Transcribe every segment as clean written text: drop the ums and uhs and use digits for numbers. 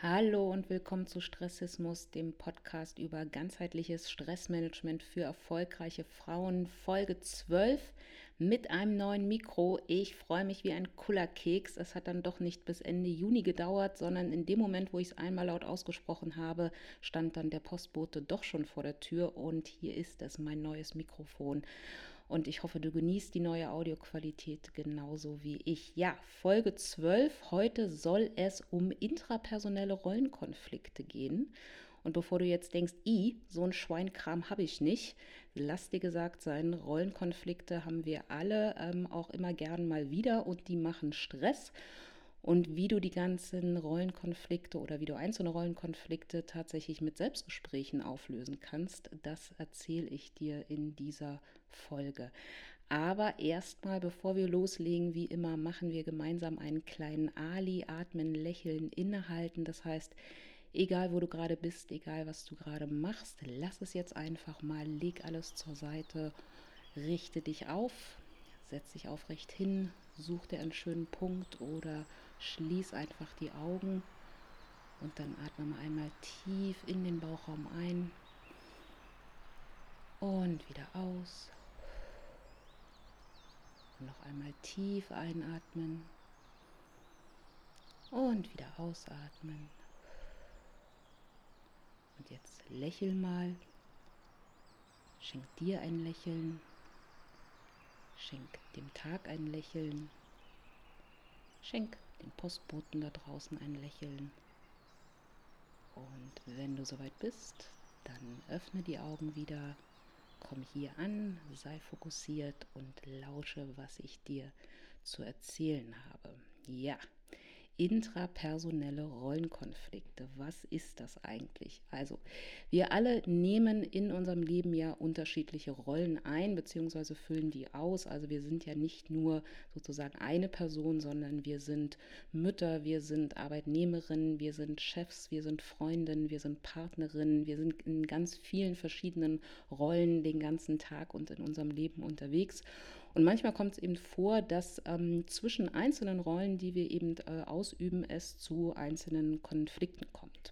Hallo und willkommen zu Stressismus, dem Podcast über ganzheitliches Stressmanagement für erfolgreiche Frauen, Folge 12 mit einem neuen Mikro. Ich freue mich wie ein Kullerkeks. Es hat dann doch nicht bis Ende Juni gedauert, sondern in dem Moment, wo ich es einmal laut ausgesprochen habe, stand dann der Postbote doch schon vor der Tür und hier ist es, mein neues Mikrofon. Und ich hoffe, du genießt die neue Audioqualität genauso wie ich. Ja, Folge 12. Heute soll es um intrapersonelle Rollenkonflikte gehen. Und bevor du jetzt denkst, so ein Schweinkram habe ich nicht, lass dir gesagt sein, Rollenkonflikte haben wir alle auch immer gern mal wieder und die machen Stress. Und wie du die ganzen Rollenkonflikte oder wie du einzelne Rollenkonflikte tatsächlich mit Selbstgesprächen auflösen kannst, das erzähle ich dir in dieser Folge. Aber erstmal, bevor wir loslegen, wie immer, machen wir gemeinsam einen kleinen Ali, atmen, lächeln, innehalten. Das heißt, egal wo du gerade bist, egal was du gerade machst, lass es jetzt einfach mal, leg alles zur Seite, richte dich auf, setz dich aufrecht hin, such dir einen schönen Punkt oder schließ einfach die Augen und dann atme mal einmal tief in den Bauchraum ein und wieder aus. Und noch einmal tief einatmen und wieder ausatmen. Und jetzt lächel mal, schenk dir ein Lächeln, schenk dem Tag ein Lächeln, schenk den Postboten da draußen ein Lächeln. Und wenn du soweit bist, dann öffne die Augen wieder, komm hier an, sei fokussiert und lausche, was ich dir zu erzählen habe. Ja, intrapersonelle Rollenkonflikte. Was ist das eigentlich? Also, wir alle nehmen in unserem Leben ja unterschiedliche Rollen ein, beziehungsweise füllen die aus. Also wir sind ja nicht nur sozusagen eine Person, sondern wir sind Mütter, wir sind Arbeitnehmerinnen, wir sind Chefs, wir sind Freundinnen, wir sind Partnerinnen, wir sind in ganz vielen verschiedenen Rollen den ganzen Tag und in unserem Leben unterwegs. Und manchmal kommt es eben vor, dass zwischen einzelnen Rollen, die wir eben ausüben, es zu einzelnen Konflikten kommt.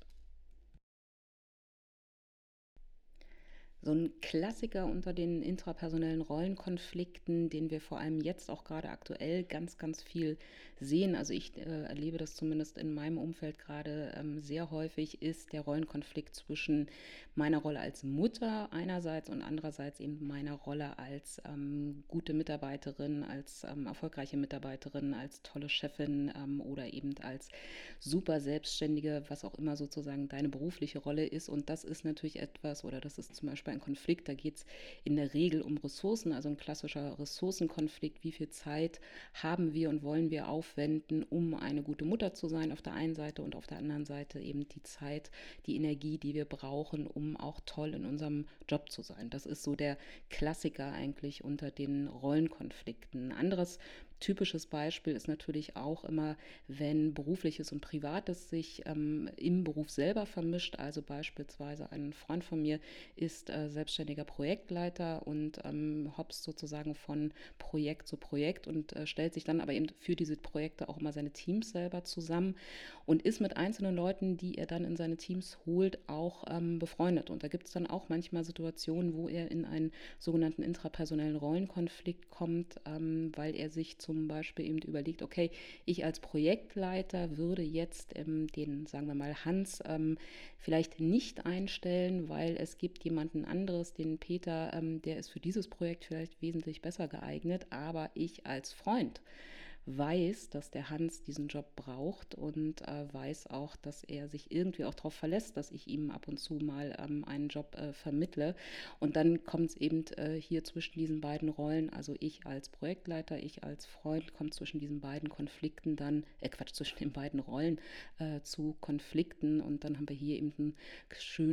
So ein Klassiker unter den intrapersonellen Rollenkonflikten, den wir vor allem jetzt auch gerade aktuell ganz, ganz viel sehen, also ich erlebe das zumindest in meinem Umfeld gerade sehr häufig, ist der Rollenkonflikt zwischen meiner Rolle als Mutter einerseits und andererseits eben meiner Rolle als gute Mitarbeiterin, als erfolgreiche Mitarbeiterin, als tolle Chefin oder eben als super Selbstständige, was auch immer sozusagen deine berufliche Rolle ist. Und das ist natürlich etwas, oder das ist zum Beispiel ein Konflikt, da geht es in der Regel um Ressourcen, also ein klassischer Ressourcenkonflikt. Wie viel Zeit haben wir und wollen wir aufwenden, um eine gute Mutter zu sein auf der einen Seite und auf der anderen Seite eben die Zeit, die Energie, die wir brauchen, um auch toll in unserem Job zu sein. Das ist so der Klassiker eigentlich unter den Rollenkonflikten. Ein anderes typisches Beispiel ist natürlich auch immer, wenn berufliches und privates sich im Beruf selber vermischt. Also beispielsweise ein Freund von mir ist selbstständiger Projektleiter und hopst sozusagen von Projekt zu Projekt und stellt sich dann aber eben für diese Projekte auch immer seine Teams selber zusammen und ist mit einzelnen Leuten, die er dann in seine Teams holt, auch befreundet. Und da gibt es dann auch manchmal Situationen, wo er in einen sogenannten intrapersonellen Rollenkonflikt kommt, weil er sich zum Beispiel eben überlegt, okay, ich als Projektleiter würde jetzt den, sagen wir mal, Hans vielleicht nicht einstellen, weil es gibt jemanden anderes, den Peter, der ist für dieses Projekt vielleicht wesentlich besser geeignet, aber ich als Freund weiß, dass der Hans diesen Job braucht und weiß auch, dass er sich irgendwie auch darauf verlässt, dass ich ihm ab und zu mal einen Job vermittle. Und dann kommt es eben hier zwischen diesen beiden Rollen, also ich als Projektleiter, ich als Freund, kommt zwischen diesen beiden Konflikten dann, zwischen den beiden Rollen zu Konflikten und dann haben wir hier eben einen schönen,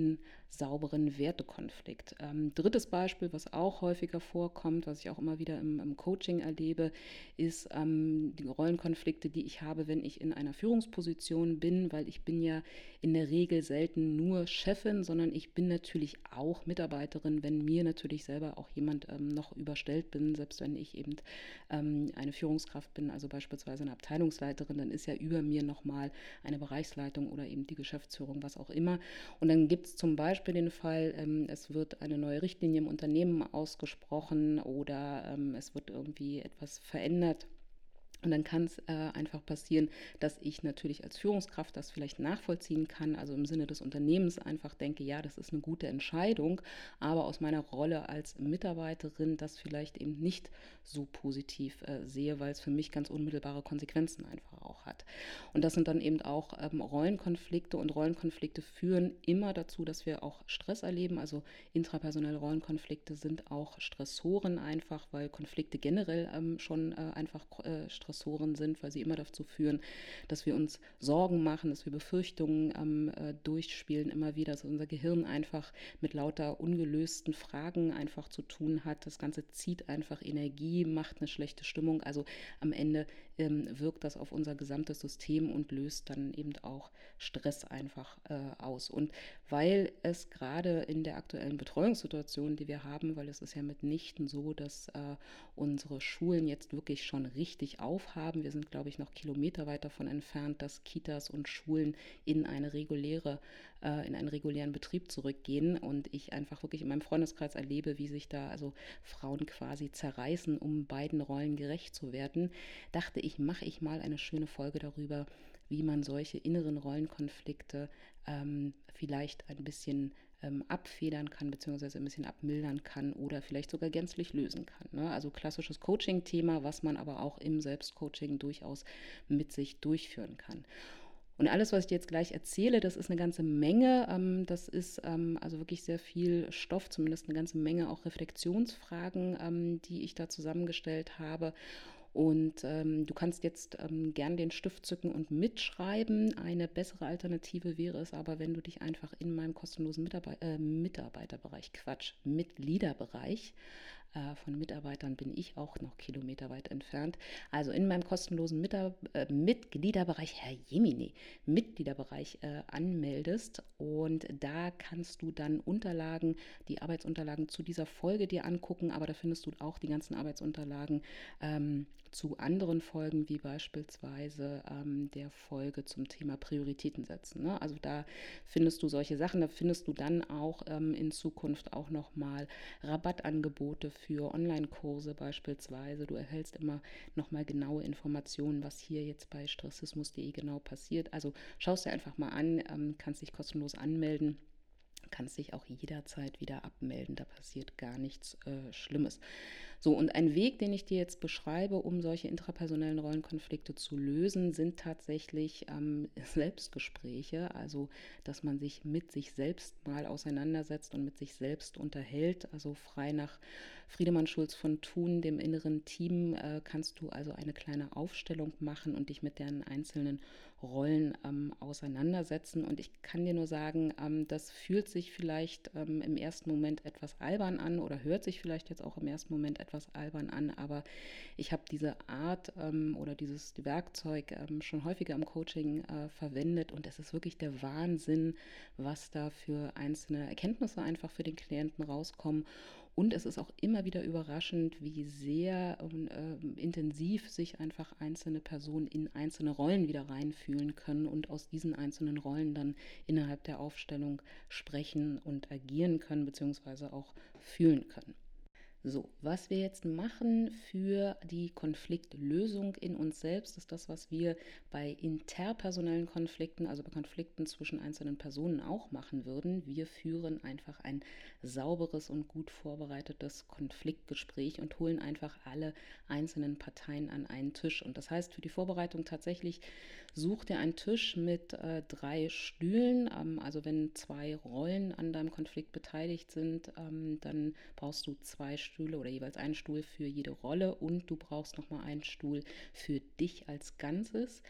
sauberen Wertekonflikt. Drittes Beispiel, was auch häufiger vorkommt, was ich auch immer wieder im Coaching erlebe, ist die Rollenkonflikte, die ich habe, wenn ich in einer Führungsposition bin, weil ich bin ja in der Regel selten nur Chefin, sondern ich bin natürlich auch Mitarbeiterin, wenn mir natürlich selber auch jemand noch überstellt bin, selbst wenn ich eben eine Führungskraft bin, also beispielsweise eine Abteilungsleiterin, dann ist ja über mir nochmal eine Bereichsleitung oder eben die Geschäftsführung, was auch immer. Und dann gibt es zum Beispiel den Fall, es wird eine neue Richtlinie im Unternehmen ausgesprochen oder es wird irgendwie etwas verändert. Und dann kann es einfach passieren, dass ich natürlich als Führungskraft das vielleicht nachvollziehen kann, also im Sinne des Unternehmens einfach denke, ja, das ist eine gute Entscheidung, aber aus meiner Rolle als Mitarbeiterin das vielleicht eben nicht so positiv sehe, weil es für mich ganz unmittelbare Konsequenzen einfach auch hat. Und das sind dann eben auch Rollenkonflikte, und Rollenkonflikte führen immer dazu, dass wir auch Stress erleben. Also intrapersonelle Rollenkonflikte sind auch Stressoren einfach, weil Konflikte generell schon einfach Stressoren sind, weil sie immer dazu führen, dass wir uns Sorgen machen, dass wir Befürchtungen durchspielen immer wieder, dass unser Gehirn einfach mit lauter ungelösten Fragen einfach zu tun hat. Das Ganze zieht einfach Energie, macht eine schlechte Stimmung. Also am Ende wirkt das auf unser gesamtes System und löst dann eben auch Stress einfach aus. Und weil es gerade in der aktuellen Betreuungssituation, die wir haben, weil es ist ja mitnichten so, dass unsere Schulen jetzt wirklich schon richtig aufhaben. Wir sind, glaube ich, noch kilometerweit davon entfernt, dass Kitas und Schulen in in einen regulären Betrieb zurückgehen, und ich einfach wirklich in meinem Freundeskreis erlebe, wie sich da also Frauen quasi zerreißen, um beiden Rollen gerecht zu werden, dachte ich, mache ich mal eine schöne Folge darüber, wie man solche inneren Rollenkonflikte vielleicht ein bisschen abfedern kann, beziehungsweise ein bisschen abmildern kann oder vielleicht sogar gänzlich lösen kann. Ne? Also klassisches Coaching-Thema, was man aber auch im Selbstcoaching durchaus mit sich durchführen kann. Und alles, was ich dir jetzt gleich erzähle, das ist eine ganze Menge. Das ist also wirklich sehr viel Stoff, zumindest eine ganze Menge auch Reflexionsfragen, die ich da zusammengestellt habe. Und du kannst jetzt gern den Stift zücken und mitschreiben. Eine bessere Alternative wäre es aber, wenn du dich einfach in meinem kostenlosen Mitarbeiterbereich, Mitgliederbereich, von Mitarbeitern bin ich auch noch kilometerweit entfernt. Also in meinem kostenlosen Mitgliederbereich, Herr Jemini, Mitgliederbereich anmeldest, und da kannst du dann die Arbeitsunterlagen zu dieser Folge dir angucken, aber da findest du auch die ganzen Arbeitsunterlagen zu anderen Folgen, wie beispielsweise der Folge zum Thema Prioritäten setzen. Ne? Also da findest du solche Sachen, da findest du dann auch in Zukunft auch nochmal Rabattangebote für Online-Kurse beispielsweise. Du erhältst immer nochmal genaue Informationen, was hier jetzt bei stressismus.de genau passiert. Also schaust dir einfach mal an, kannst dich kostenlos anmelden, kannst dich auch jederzeit wieder abmelden, da passiert gar nichts Schlimmes. So, und ein Weg, den ich dir jetzt beschreibe, um solche intrapersonellen Rollenkonflikte zu lösen, sind tatsächlich Selbstgespräche, also dass man sich mit sich selbst mal auseinandersetzt und mit sich selbst unterhält, also frei nach Friedemann Schulz von Thun, dem inneren Team, kannst du also eine kleine Aufstellung machen und dich mit deren einzelnen Rollen auseinandersetzen. Und ich kann dir nur sagen, das fühlt sich vielleicht im ersten Moment etwas albern an oder hört sich vielleicht jetzt auch im ersten Moment etwas albern an, aber ich habe diese Art oder dieses Werkzeug schon häufiger im Coaching verwendet, und es ist wirklich der Wahnsinn, was da für einzelne Erkenntnisse einfach für den Klienten rauskommen. Und es ist auch immer wieder überraschend, wie sehr intensiv sich einfach einzelne Personen in einzelne Rollen wieder reinfühlen können und aus diesen einzelnen Rollen dann innerhalb der Aufstellung sprechen und agieren können, beziehungsweise auch fühlen können. So, was wir jetzt machen für die Konfliktlösung in uns selbst, ist das, was wir bei interpersonellen Konflikten, also bei Konflikten zwischen einzelnen Personen auch machen würden. Wir führen einfach ein sauberes und gut vorbereitetes Konfliktgespräch und holen einfach alle einzelnen Parteien an einen Tisch. Und das heißt für die Vorbereitung tatsächlich, such dir einen Tisch mit 3 Stühlen. Also wenn 2 Rollen an deinem Konflikt beteiligt sind, dann brauchst du 2 Stühle oder jeweils einen Stuhl für jede Rolle, und du brauchst nochmal einen Stuhl für dich als Ganzes.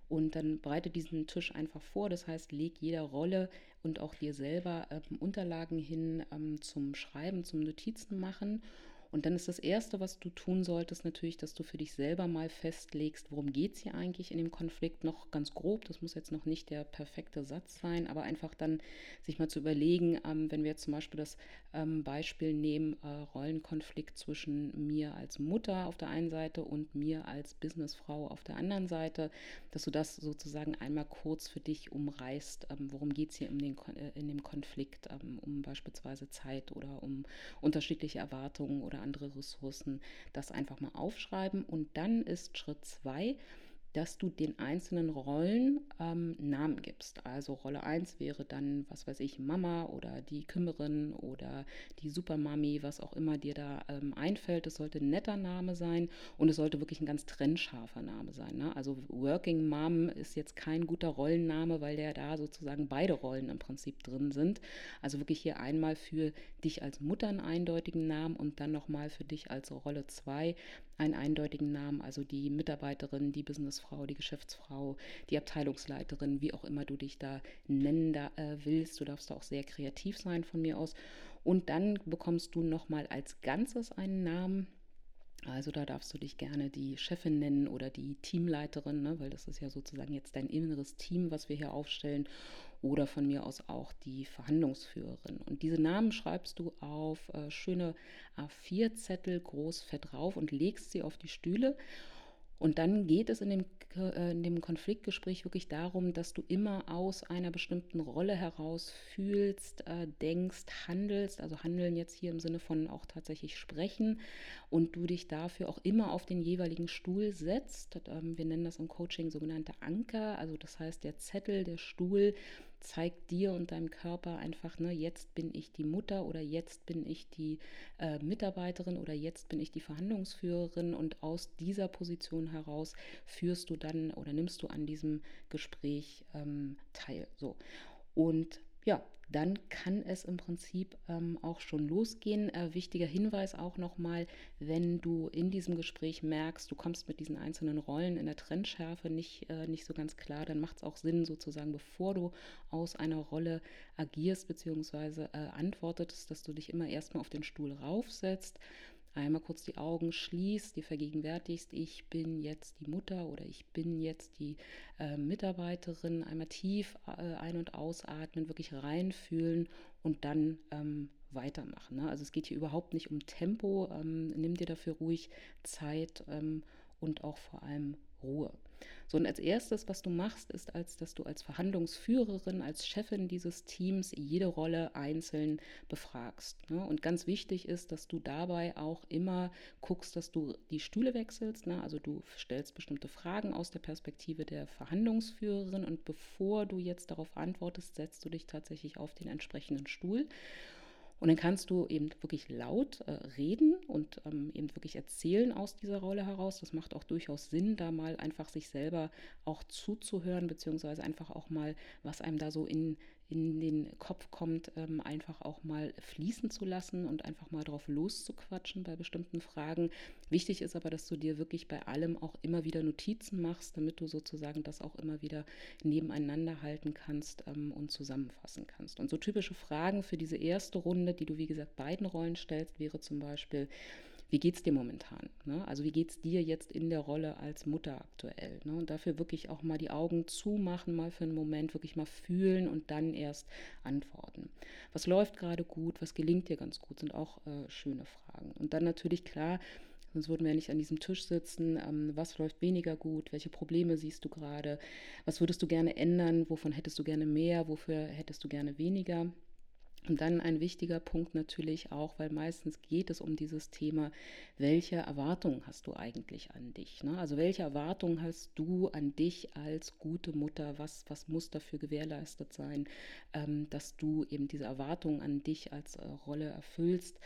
Und dann bereite diesen Tisch einfach vor. Das heißt, leg jeder Rolle und auch dir selber Unterlagen hin zum Schreiben, zum Notizen machen. Und dann ist das Erste, was du tun solltest, natürlich, dass du für dich selber mal festlegst, worum geht es hier eigentlich in dem Konflikt, noch ganz grob. Das muss jetzt noch nicht der perfekte Satz sein, aber einfach dann sich mal zu überlegen, wenn wir jetzt zum Beispiel das Beispiel nehmen, Rollenkonflikt zwischen mir als Mutter auf der einen Seite und mir als Businessfrau auf der anderen Seite, dass du das sozusagen einmal kurz für dich umreißt. Worum geht es hier in dem Konflikt? Um beispielsweise Zeit oder um unterschiedliche Erwartungen oder andere Ressourcen, das einfach mal aufschreiben. Und dann ist Schritt 2, dass du den einzelnen Rollen Namen gibst. Also Rolle 1 wäre dann, was weiß ich, Mama oder die Kümmerin oder die Supermami, was auch immer dir da einfällt. Es sollte ein netter Name sein und es sollte wirklich ein ganz trennscharfer Name sein. Ne? Also Working Mom ist jetzt kein guter Rollenname, weil der da sozusagen beide Rollen im Prinzip drin sind. Also wirklich hier einmal für dich als Mutter einen eindeutigen Namen und dann nochmal für dich als Rolle 2 einen eindeutigen Namen, also die Mitarbeiterin, die Businessfrau, die Geschäftsfrau, die Abteilungsleiterin, wie auch immer du dich da nennen willst. Du darfst da auch sehr kreativ sein von mir aus. Und dann bekommst du nochmal als Ganzes einen Namen. Also da darfst du dich gerne die Chefin nennen oder die Teamleiterin, ne, weil das ist ja sozusagen jetzt dein inneres Team, was wir hier aufstellen. Oder von mir aus auch die Verhandlungsführerin. Und diese Namen schreibst du auf schöne A4-Zettel groß fett drauf und legst sie auf die Stühle. Und dann geht es in dem Konfliktgespräch wirklich darum, dass du immer aus einer bestimmten Rolle heraus fühlst, denkst, handelst, also handeln jetzt hier im Sinne von auch tatsächlich sprechen und du dich dafür auch immer auf den jeweiligen Stuhl setzt. Wir nennen das im Coaching sogenannte Anker, also das heißt der Zettel, der Stuhl zeigt dir und deinem Körper einfach, ne, jetzt bin ich die Mutter oder jetzt bin ich die Mitarbeiterin oder jetzt bin ich die Verhandlungsführerin und aus dieser Position heraus führst du dann oder nimmst du an diesem Gespräch teil. So. Und ja, dann kann es im Prinzip auch schon losgehen. Wichtiger Hinweis auch nochmal, wenn du in diesem Gespräch merkst, du kommst mit diesen einzelnen Rollen in der Trennschärfe nicht so ganz klar, dann macht es auch Sinn, sozusagen, bevor du aus einer Rolle agierst bzw. Antwortest, dass du dich immer erstmal auf den Stuhl raufsetzt, einmal kurz die Augen schließt, dir vergegenwärtigst, ich bin jetzt die Mutter oder ich bin jetzt die Mitarbeiterin, einmal tief ein- und ausatmen, wirklich reinfühlen und dann weitermachen. Ne? Also es geht hier überhaupt nicht um Tempo, nimm dir dafür ruhig Zeit und auch vor allem Ruhe. So, und als erstes, was du machst, ist, dass du als Verhandlungsführerin, als Chefin dieses Teams jede Rolle einzeln befragst. Ne? Und ganz wichtig ist, dass du dabei auch immer guckst, dass du die Stühle wechselst. Ne? Also du stellst bestimmte Fragen aus der Perspektive der Verhandlungsführerin und bevor du jetzt darauf antwortest, setzt du dich tatsächlich auf den entsprechenden Stuhl. Und dann kannst du eben wirklich laut reden und eben wirklich erzählen aus dieser Rolle heraus. Das macht auch durchaus Sinn, da mal einfach sich selber auch zuzuhören, beziehungsweise einfach auch mal, was einem da so in den Kopf kommt, einfach auch mal fließen zu lassen und einfach mal drauf loszuquatschen bei bestimmten Fragen. Wichtig ist aber, dass du dir wirklich bei allem auch immer wieder Notizen machst, damit du sozusagen das auch immer wieder nebeneinander halten kannst und zusammenfassen kannst. Und so typische Fragen für diese erste Runde, die du wie gesagt beiden Rollen stellst, wäre zum Beispiel, wie geht es dir momentan? Ne? Also wie geht es dir jetzt in der Rolle als Mutter aktuell? Ne? Und dafür wirklich auch mal die Augen zumachen, mal für einen Moment wirklich mal fühlen und dann erst antworten. Was läuft gerade gut? Was gelingt dir ganz gut? Sind auch schöne Fragen. Und dann natürlich klar, sonst würden wir ja nicht an diesem Tisch sitzen. Was läuft weniger gut? Welche Probleme siehst du gerade? Was würdest du gerne ändern? Wovon hättest du gerne mehr? Wofür hättest du gerne weniger? Und dann ein wichtiger Punkt natürlich auch, weil meistens geht es um dieses Thema, welche Erwartungen hast du eigentlich an dich? Ne? Also welche Erwartungen hast du an dich als gute Mutter? Was muss dafür gewährleistet sein, dass du eben diese Erwartungen an dich als Rolle erfüllst?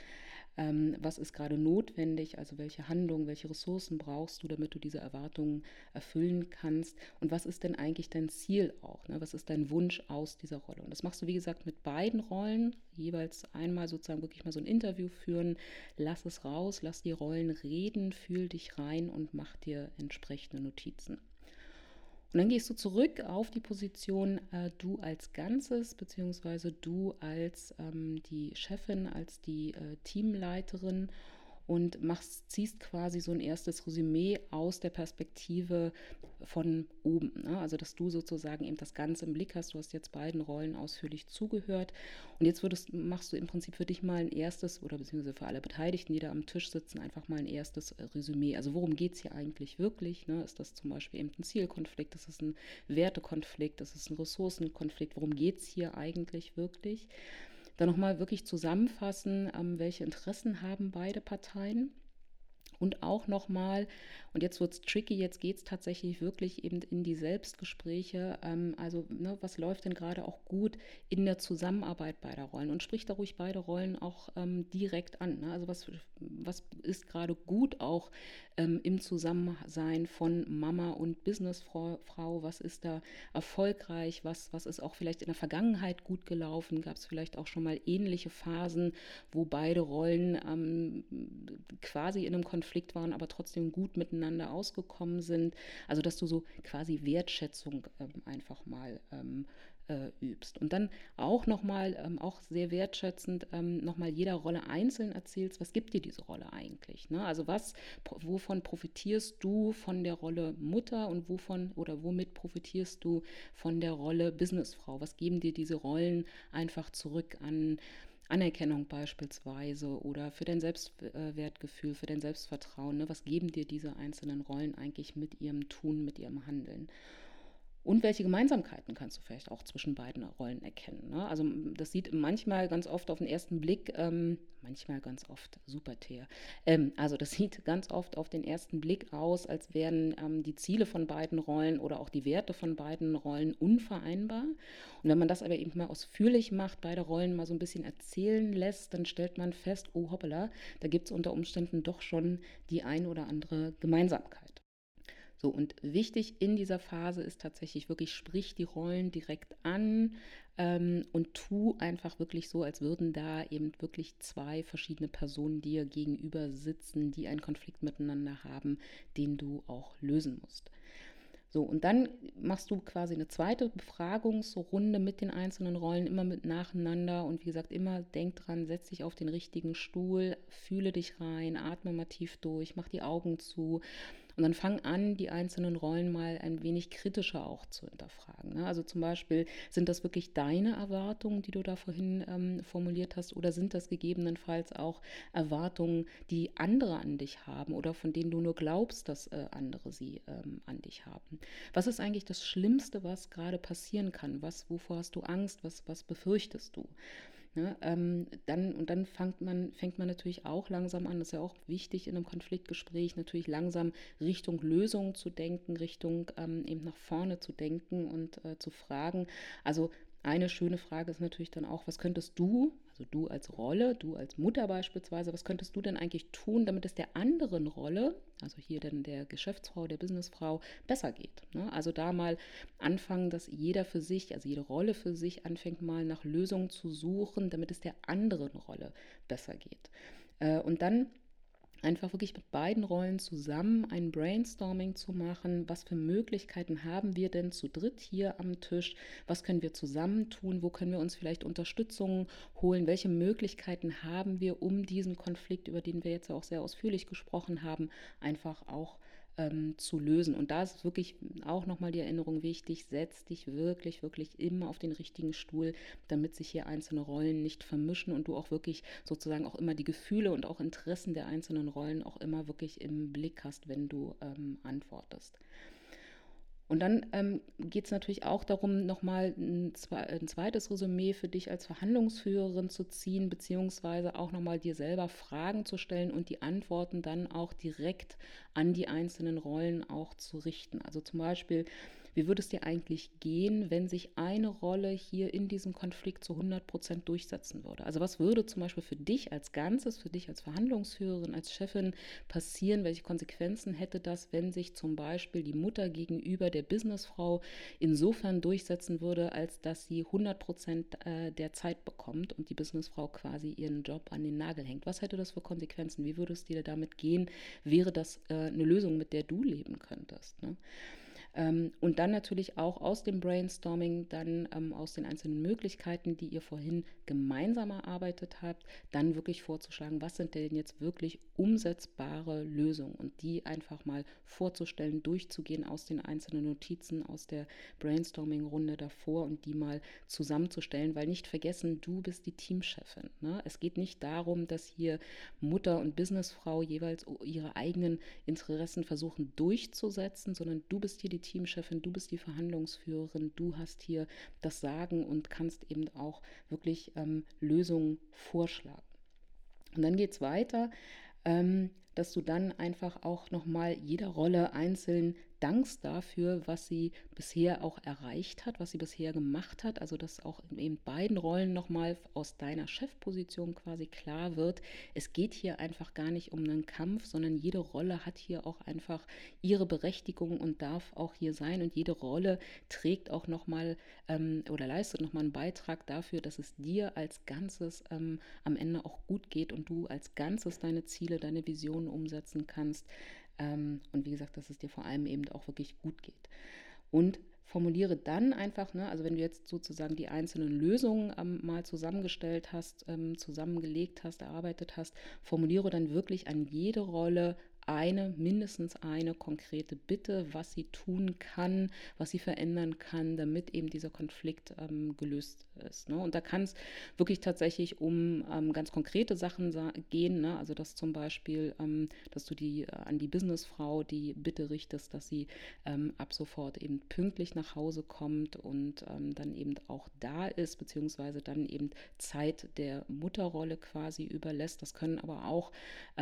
Was ist gerade notwendig, also welche Handlungen, welche Ressourcen brauchst du, damit du diese Erwartungen erfüllen kannst und was ist denn eigentlich dein Ziel auch, ne? Was ist dein Wunsch aus dieser Rolle? Und das machst du, wie gesagt, mit beiden Rollen, jeweils einmal sozusagen wirklich mal so ein Interview führen, lass es raus, lass die Rollen reden, fühl dich rein und mach dir entsprechende Notizen. Und dann gehst du zurück auf die Position du als Ganzes, beziehungsweise du als die Chefin, als die Teamleiterin und ziehst quasi so ein erstes Resümee aus der Perspektive von oben. Ne? Also, dass du sozusagen eben das Ganze im Blick hast. Du hast jetzt beiden Rollen ausführlich zugehört. Und jetzt machst du im Prinzip für dich mal ein erstes, oder beziehungsweise für alle Beteiligten, die da am Tisch sitzen, einfach mal ein erstes Resümee. Also, worum geht es hier eigentlich wirklich? Ne? Ist das zum Beispiel eben ein Zielkonflikt? Ist das ein Wertekonflikt? Ist es ein Ressourcenkonflikt? Worum geht es hier eigentlich wirklich? Dann nochmal wirklich zusammenfassen, welche Interessen haben beide Parteien. Und auch nochmal, und jetzt wird es tricky, jetzt geht es tatsächlich wirklich eben in die Selbstgespräche. Also, ne, was läuft denn gerade auch gut in der Zusammenarbeit beider Rollen? Und sprich da ruhig beide Rollen auch direkt an. Ne? Also, was ist gerade gut auch im Zusammensein von Mama und Businessfrau? Was ist da erfolgreich? Was ist auch vielleicht in der Vergangenheit gut gelaufen? Gab es vielleicht auch schon mal ähnliche Phasen, wo beide Rollen quasi in einem Konflikt waren, aber trotzdem gut miteinander ausgekommen sind. Also, dass du so quasi Wertschätzung einfach mal übst. Und dann auch nochmal, auch sehr wertschätzend, nochmal jeder Rolle einzeln erzählst, was gibt dir diese Rolle eigentlich? Ne? Also wovon profitierst du von der Rolle Mutter und wovon oder womit profitierst du von der Rolle Businessfrau? Was geben dir diese Rollen einfach zurück an Anerkennung beispielsweise oder für dein Selbstwertgefühl, für dein Selbstvertrauen? Ne? Was geben dir diese einzelnen Rollen eigentlich mit ihrem Tun, mit ihrem Handeln? Und welche Gemeinsamkeiten kannst du vielleicht auch zwischen beiden Rollen erkennen? Ne? Also das sieht manchmal ganz oft auf den ersten Blick, manchmal ganz oft, super Thea, also das sieht ganz oft auf den ersten Blick aus, als wären die Ziele von beiden Rollen oder auch die Werte von beiden Rollen unvereinbar. Und wenn man das aber eben mal ausführlich macht, beide Rollen mal so ein bisschen erzählen lässt, dann stellt man fest, oh hoppala, da gibt es unter Umständen doch schon die ein oder andere Gemeinsamkeit. So, und wichtig in dieser Phase ist tatsächlich wirklich, sprich die Rollen direkt an und tu einfach wirklich so, als würden da eben wirklich zwei verschiedene Personen dir gegenüber sitzen, die einen Konflikt miteinander haben, den du auch lösen musst. So, und dann machst du quasi eine zweite Befragungsrunde mit den einzelnen Rollen, immer mit nacheinander. Und wie gesagt, immer denk dran, setz dich auf den richtigen Stuhl, fühle dich rein, atme mal tief durch, mach die Augen zu. Und dann fang an, die einzelnen Rollen mal ein wenig kritischer auch zu hinterfragen. Ne? Also zum Beispiel, sind das wirklich deine Erwartungen, die du da vorhin formuliert hast, oder sind das gegebenenfalls auch Erwartungen, die andere an dich haben oder von denen du nur glaubst, dass andere sie an dich haben? Was ist eigentlich das Schlimmste, was gerade passieren kann? Wovor hast du Angst? Was befürchtest du? Ne, dann fängt man natürlich auch langsam an, das ist ja auch wichtig in einem Konfliktgespräch, natürlich langsam Richtung Lösung zu denken, Richtung eben nach vorne zu denken und zu fragen. Also eine schöne Frage ist natürlich dann auch, was könntest du, also du als Rolle, du als Mutter beispielsweise, was könntest du denn eigentlich tun, damit es der anderen Rolle, also hier denn der Geschäftsfrau, der Businessfrau, besser geht? Ne? Also da mal anfangen, dass jeder für sich, also jede Rolle für sich anfängt mal nach Lösungen zu suchen, damit es der anderen Rolle besser geht. Und dann einfach wirklich mit beiden Rollen zusammen ein Brainstorming zu machen. Was für Möglichkeiten haben wir denn zu dritt hier am Tisch? Was können wir zusammen tun? Wo können wir uns vielleicht Unterstützung holen? Welche Möglichkeiten haben wir, um diesen Konflikt, über den wir jetzt auch sehr ausführlich gesprochen haben, einfach auch zu lösen? Und da ist wirklich auch nochmal die Erinnerung wichtig, setz dich wirklich, wirklich immer auf den richtigen Stuhl, damit sich hier einzelne Rollen nicht vermischen und du auch wirklich sozusagen auch immer die Gefühle und auch Interessen der einzelnen Rollen auch immer wirklich im Blick hast, wenn du antwortest. Und dann geht es natürlich auch darum, nochmal ein zweites Resümee für dich als Verhandlungsführerin zu ziehen, beziehungsweise auch nochmal dir selber Fragen zu stellen und die Antworten dann auch direkt an die einzelnen Rollen auch zu richten. Also zum Beispiel, wie würde es dir eigentlich gehen, wenn sich eine Rolle hier in diesem Konflikt zu 100% durchsetzen würde? Also was würde zum Beispiel für dich als Ganzes, für dich als Verhandlungsführerin, als Chefin passieren? Welche Konsequenzen hätte das, wenn sich zum Beispiel die Mutter gegenüber der Businessfrau insofern durchsetzen würde, als dass sie 100% der Zeit bekommt und die Businessfrau quasi ihren Job an den Nagel hängt? Was hätte das für Konsequenzen? Wie würde es dir damit gehen? Wäre das eine Lösung, mit der du leben könntest? Ne? Und dann natürlich auch aus dem Brainstorming, dann aus den einzelnen Möglichkeiten, die ihr vorhin gemeinsam erarbeitet habt, dann wirklich vorzuschlagen, was sind denn jetzt wirklich umsetzbare Lösungen und die einfach mal vorzustellen, durchzugehen aus den einzelnen Notizen, aus der Brainstorming-Runde davor und die mal zusammenzustellen, weil nicht vergessen, du bist die Teamchefin. Ne? Es geht nicht darum, dass hier Mutter und Businessfrau jeweils ihre eigenen Interessen versuchen durchzusetzen, sondern du bist hier die Teamchefin, du bist die Verhandlungsführerin, du hast hier das Sagen und kannst eben auch wirklich Lösungen vorschlagen. Und dann geht es weiter, dass du dann einfach auch nochmal jeder Rolle einzeln dankst dafür, was sie bisher auch erreicht hat, was sie bisher gemacht hat. Also dass auch in eben beiden Rollen nochmal aus deiner Chefposition quasi klar wird, es geht hier einfach gar nicht um einen Kampf, sondern jede Rolle hat hier auch einfach ihre Berechtigung und darf auch hier sein. Und jede Rolle trägt auch nochmal oder leistet nochmal einen Beitrag dafür, dass es dir als Ganzes am Ende auch gut geht und du als Ganzes deine Ziele, deine Visionen umsetzen kannst. Und wie gesagt, dass es dir vor allem eben auch wirklich gut geht. Und formuliere dann einfach, ne, also wenn du jetzt sozusagen die einzelnen Lösungen mal zusammengestellt hast, zusammengelegt hast, erarbeitet hast, formuliere dann wirklich an jede Rolle mindestens eine konkrete Bitte, was sie tun kann, was sie verändern kann, damit eben dieser Konflikt gelöst ist. Ne? Und da kann es wirklich tatsächlich um ganz konkrete Sachen gehen, ne? Also dass zum Beispiel, dass du an die Businessfrau die Bitte richtest, dass sie ab sofort eben pünktlich nach Hause kommt und dann eben auch da ist, beziehungsweise dann eben Zeit der Mutterrolle quasi überlässt. Das können aber auch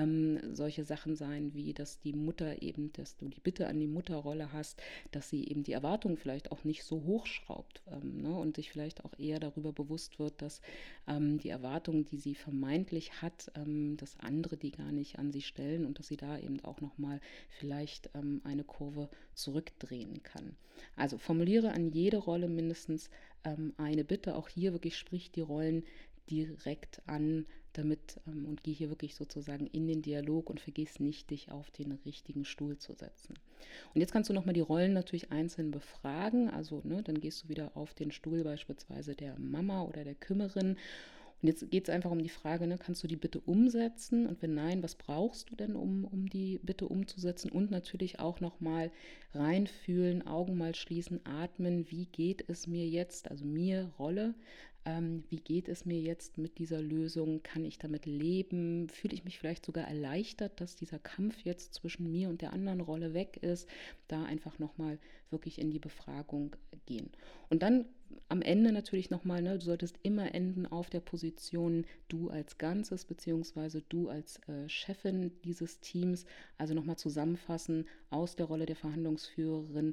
solche Sachen sein, wie dass die Mutter eben, dass du die Bitte an die Mutterrolle hast, dass sie eben die Erwartungen vielleicht auch nicht so hochschraubt, ne? Und sich vielleicht auch eher darüber bewusst wird, dass die Erwartungen, die sie vermeintlich hat, dass andere die gar nicht an sie stellen und dass sie da eben auch nochmal vielleicht eine Kurve zurückdrehen kann. Also formuliere an jede Rolle mindestens eine Bitte. Auch hier wirklich sprich die Rollen direkt an, damit und geh hier wirklich sozusagen in den Dialog und vergiss nicht, dich auf den richtigen Stuhl zu setzen. Und jetzt kannst du nochmal die Rollen natürlich einzeln befragen. Also ne, dann gehst du wieder auf den Stuhl beispielsweise der Mama oder der Kümmerin. Und jetzt geht es einfach um die Frage, ne, kannst du die Bitte umsetzen? Und wenn nein, was brauchst du denn, um die Bitte umzusetzen? Und natürlich auch nochmal reinfühlen, Augen mal schließen, atmen. Wie geht es mir jetzt, also mir, Rolle, wie geht es mir jetzt mit dieser Lösung? Kann ich damit leben? Fühle ich mich vielleicht sogar erleichtert, dass dieser Kampf jetzt zwischen mir und der anderen Rolle weg ist? Da einfach nochmal wirklich in die Befragung gehen. Und dann am Ende natürlich nochmal, ne, du solltest immer enden auf der Position du als Ganzes, beziehungsweise du als Chefin dieses Teams. Also nochmal zusammenfassen aus der Rolle der Verhandlungsführerin,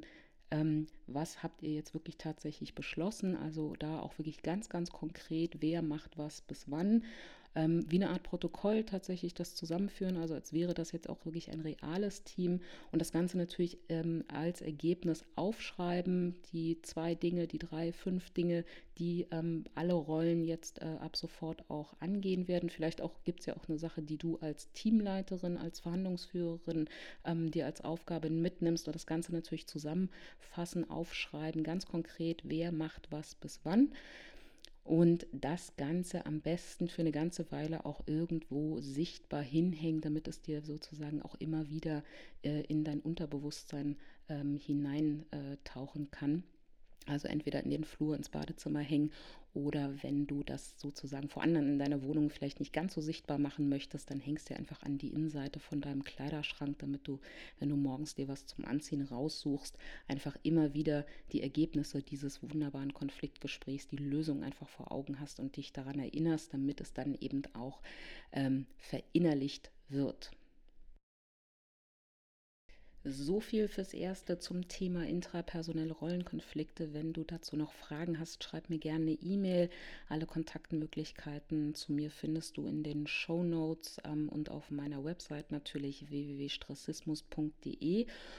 was habt ihr jetzt wirklich tatsächlich beschlossen? Also da auch wirklich ganz, ganz konkret, wer macht was bis wann. Wie eine Art Protokoll tatsächlich das zusammenführen, also als wäre das jetzt auch wirklich ein reales Team und das Ganze natürlich als Ergebnis aufschreiben, die 2 Dinge, die 3, 5 Dinge, die alle Rollen jetzt ab sofort auch angehen werden. Vielleicht auch gibt es ja auch eine Sache, die du als Teamleiterin, als Verhandlungsführerin dir als Aufgabe mitnimmst und das Ganze natürlich zusammenfassen, aufschreiben, ganz konkret, wer macht was bis wann. Und das Ganze am besten für eine ganze Weile auch irgendwo sichtbar hinhängen, damit es dir sozusagen auch immer wieder in dein Unterbewusstsein hineintauchen kann. Also entweder in den Flur, ins Badezimmer hängen oder wenn du das sozusagen vor anderen in deiner Wohnung vielleicht nicht ganz so sichtbar machen möchtest, dann hängst du einfach an die Innenseite von deinem Kleiderschrank, damit du, wenn du morgens dir was zum Anziehen raussuchst, einfach immer wieder die Ergebnisse dieses wunderbaren Konfliktgesprächs, die Lösung einfach vor Augen hast und dich daran erinnerst, damit es dann eben auch verinnerlicht wird. So viel fürs Erste zum Thema intrapersonelle Rollenkonflikte. Wenn du dazu noch Fragen hast, schreib mir gerne eine E-Mail. Alle Kontaktmöglichkeiten zu mir findest du in den Shownotes und auf meiner Website natürlich www.stressismus.de.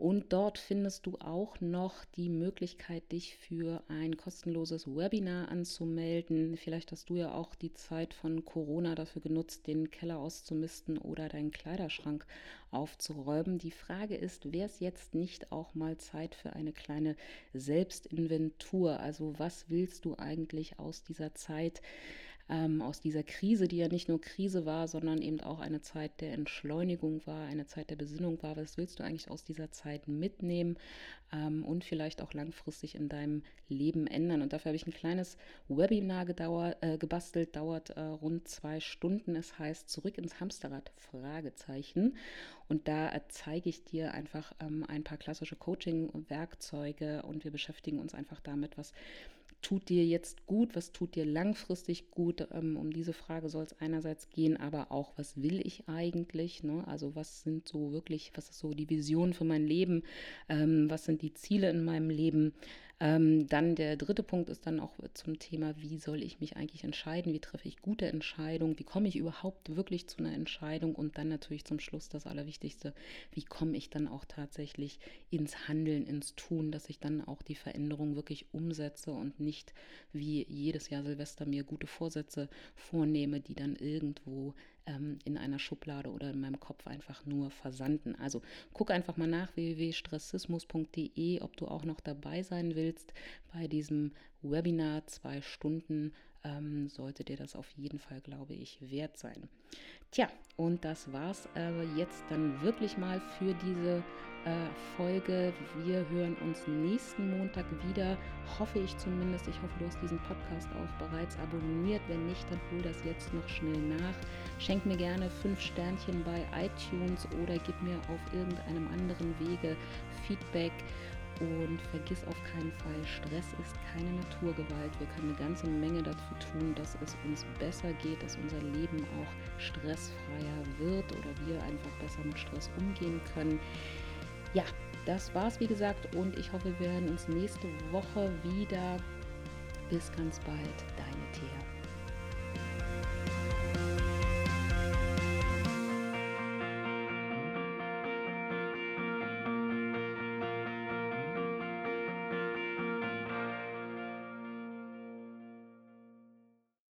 Und dort findest du auch noch die Möglichkeit, dich für ein kostenloses Webinar anzumelden. Vielleicht hast du ja auch die Zeit von Corona dafür genutzt, den Keller auszumisten oder deinen Kleiderschrank aufzuräumen. Die Frage ist, wäre es jetzt nicht auch mal Zeit für eine kleine Selbstinventur? Also was willst du eigentlich aus dieser Zeit, aus dieser Krise, die ja nicht nur Krise war, sondern eben auch eine Zeit der Entschleunigung war, eine Zeit der Besinnung war. Was willst du eigentlich aus dieser Zeit mitnehmen und vielleicht auch langfristig in deinem Leben ändern? Und dafür habe ich ein kleines Webinar gebastelt, dauert rund 2 Stunden. Es heißt Zurück ins Hamsterrad? Fragezeichen. Und da zeige ich dir einfach ein paar klassische Coaching-Werkzeuge und wir beschäftigen uns einfach damit, was tut dir jetzt gut, was tut dir langfristig gut? Um diese Frage soll es einerseits gehen, aber auch, was will ich eigentlich? Ne? Also was sind so wirklich, was ist so die Vision für mein Leben? Was sind die Ziele in meinem Leben? Dann der dritte Punkt ist dann auch zum Thema, wie soll ich mich eigentlich entscheiden? Wie treffe ich gute Entscheidungen? Wie komme ich überhaupt wirklich zu einer Entscheidung? Und dann natürlich zum Schluss das Allerwichtigste, wie komme ich dann auch tatsächlich ins Handeln, ins Tun, dass ich dann auch die Veränderung wirklich umsetze und nicht wie jedes Jahr Silvester mir gute Vorsätze vornehme, die dann irgendwo in einer Schublade oder in meinem Kopf einfach nur versanden. Also guck einfach mal nach www.stressismus.de, ob du auch noch dabei sein willst bei diesem Webinar. 2 Stunden sollte dir das auf jeden Fall, glaube ich, wert sein. Tja, und das war's jetzt dann wirklich mal für diese Folge. Wir hören uns nächsten Montag wieder, hoffe ich zumindest. Ich hoffe, du hast diesen Podcast auch bereits abonniert. Wenn nicht, dann hol das jetzt noch schnell nach. Schenk mir gerne 5 Sternchen bei iTunes oder gib mir auf irgendeinem anderen Wege Feedback. Und vergiss auf keinen Fall, Stress ist keine Naturgewalt. Wir können eine ganze Menge dafür tun, dass es uns besser geht, dass unser Leben auch stressfreier wird oder wir einfach besser mit Stress umgehen können. Ja, das war's wie gesagt und ich hoffe, wir hören uns nächste Woche wieder. Bis ganz bald, deine Thea.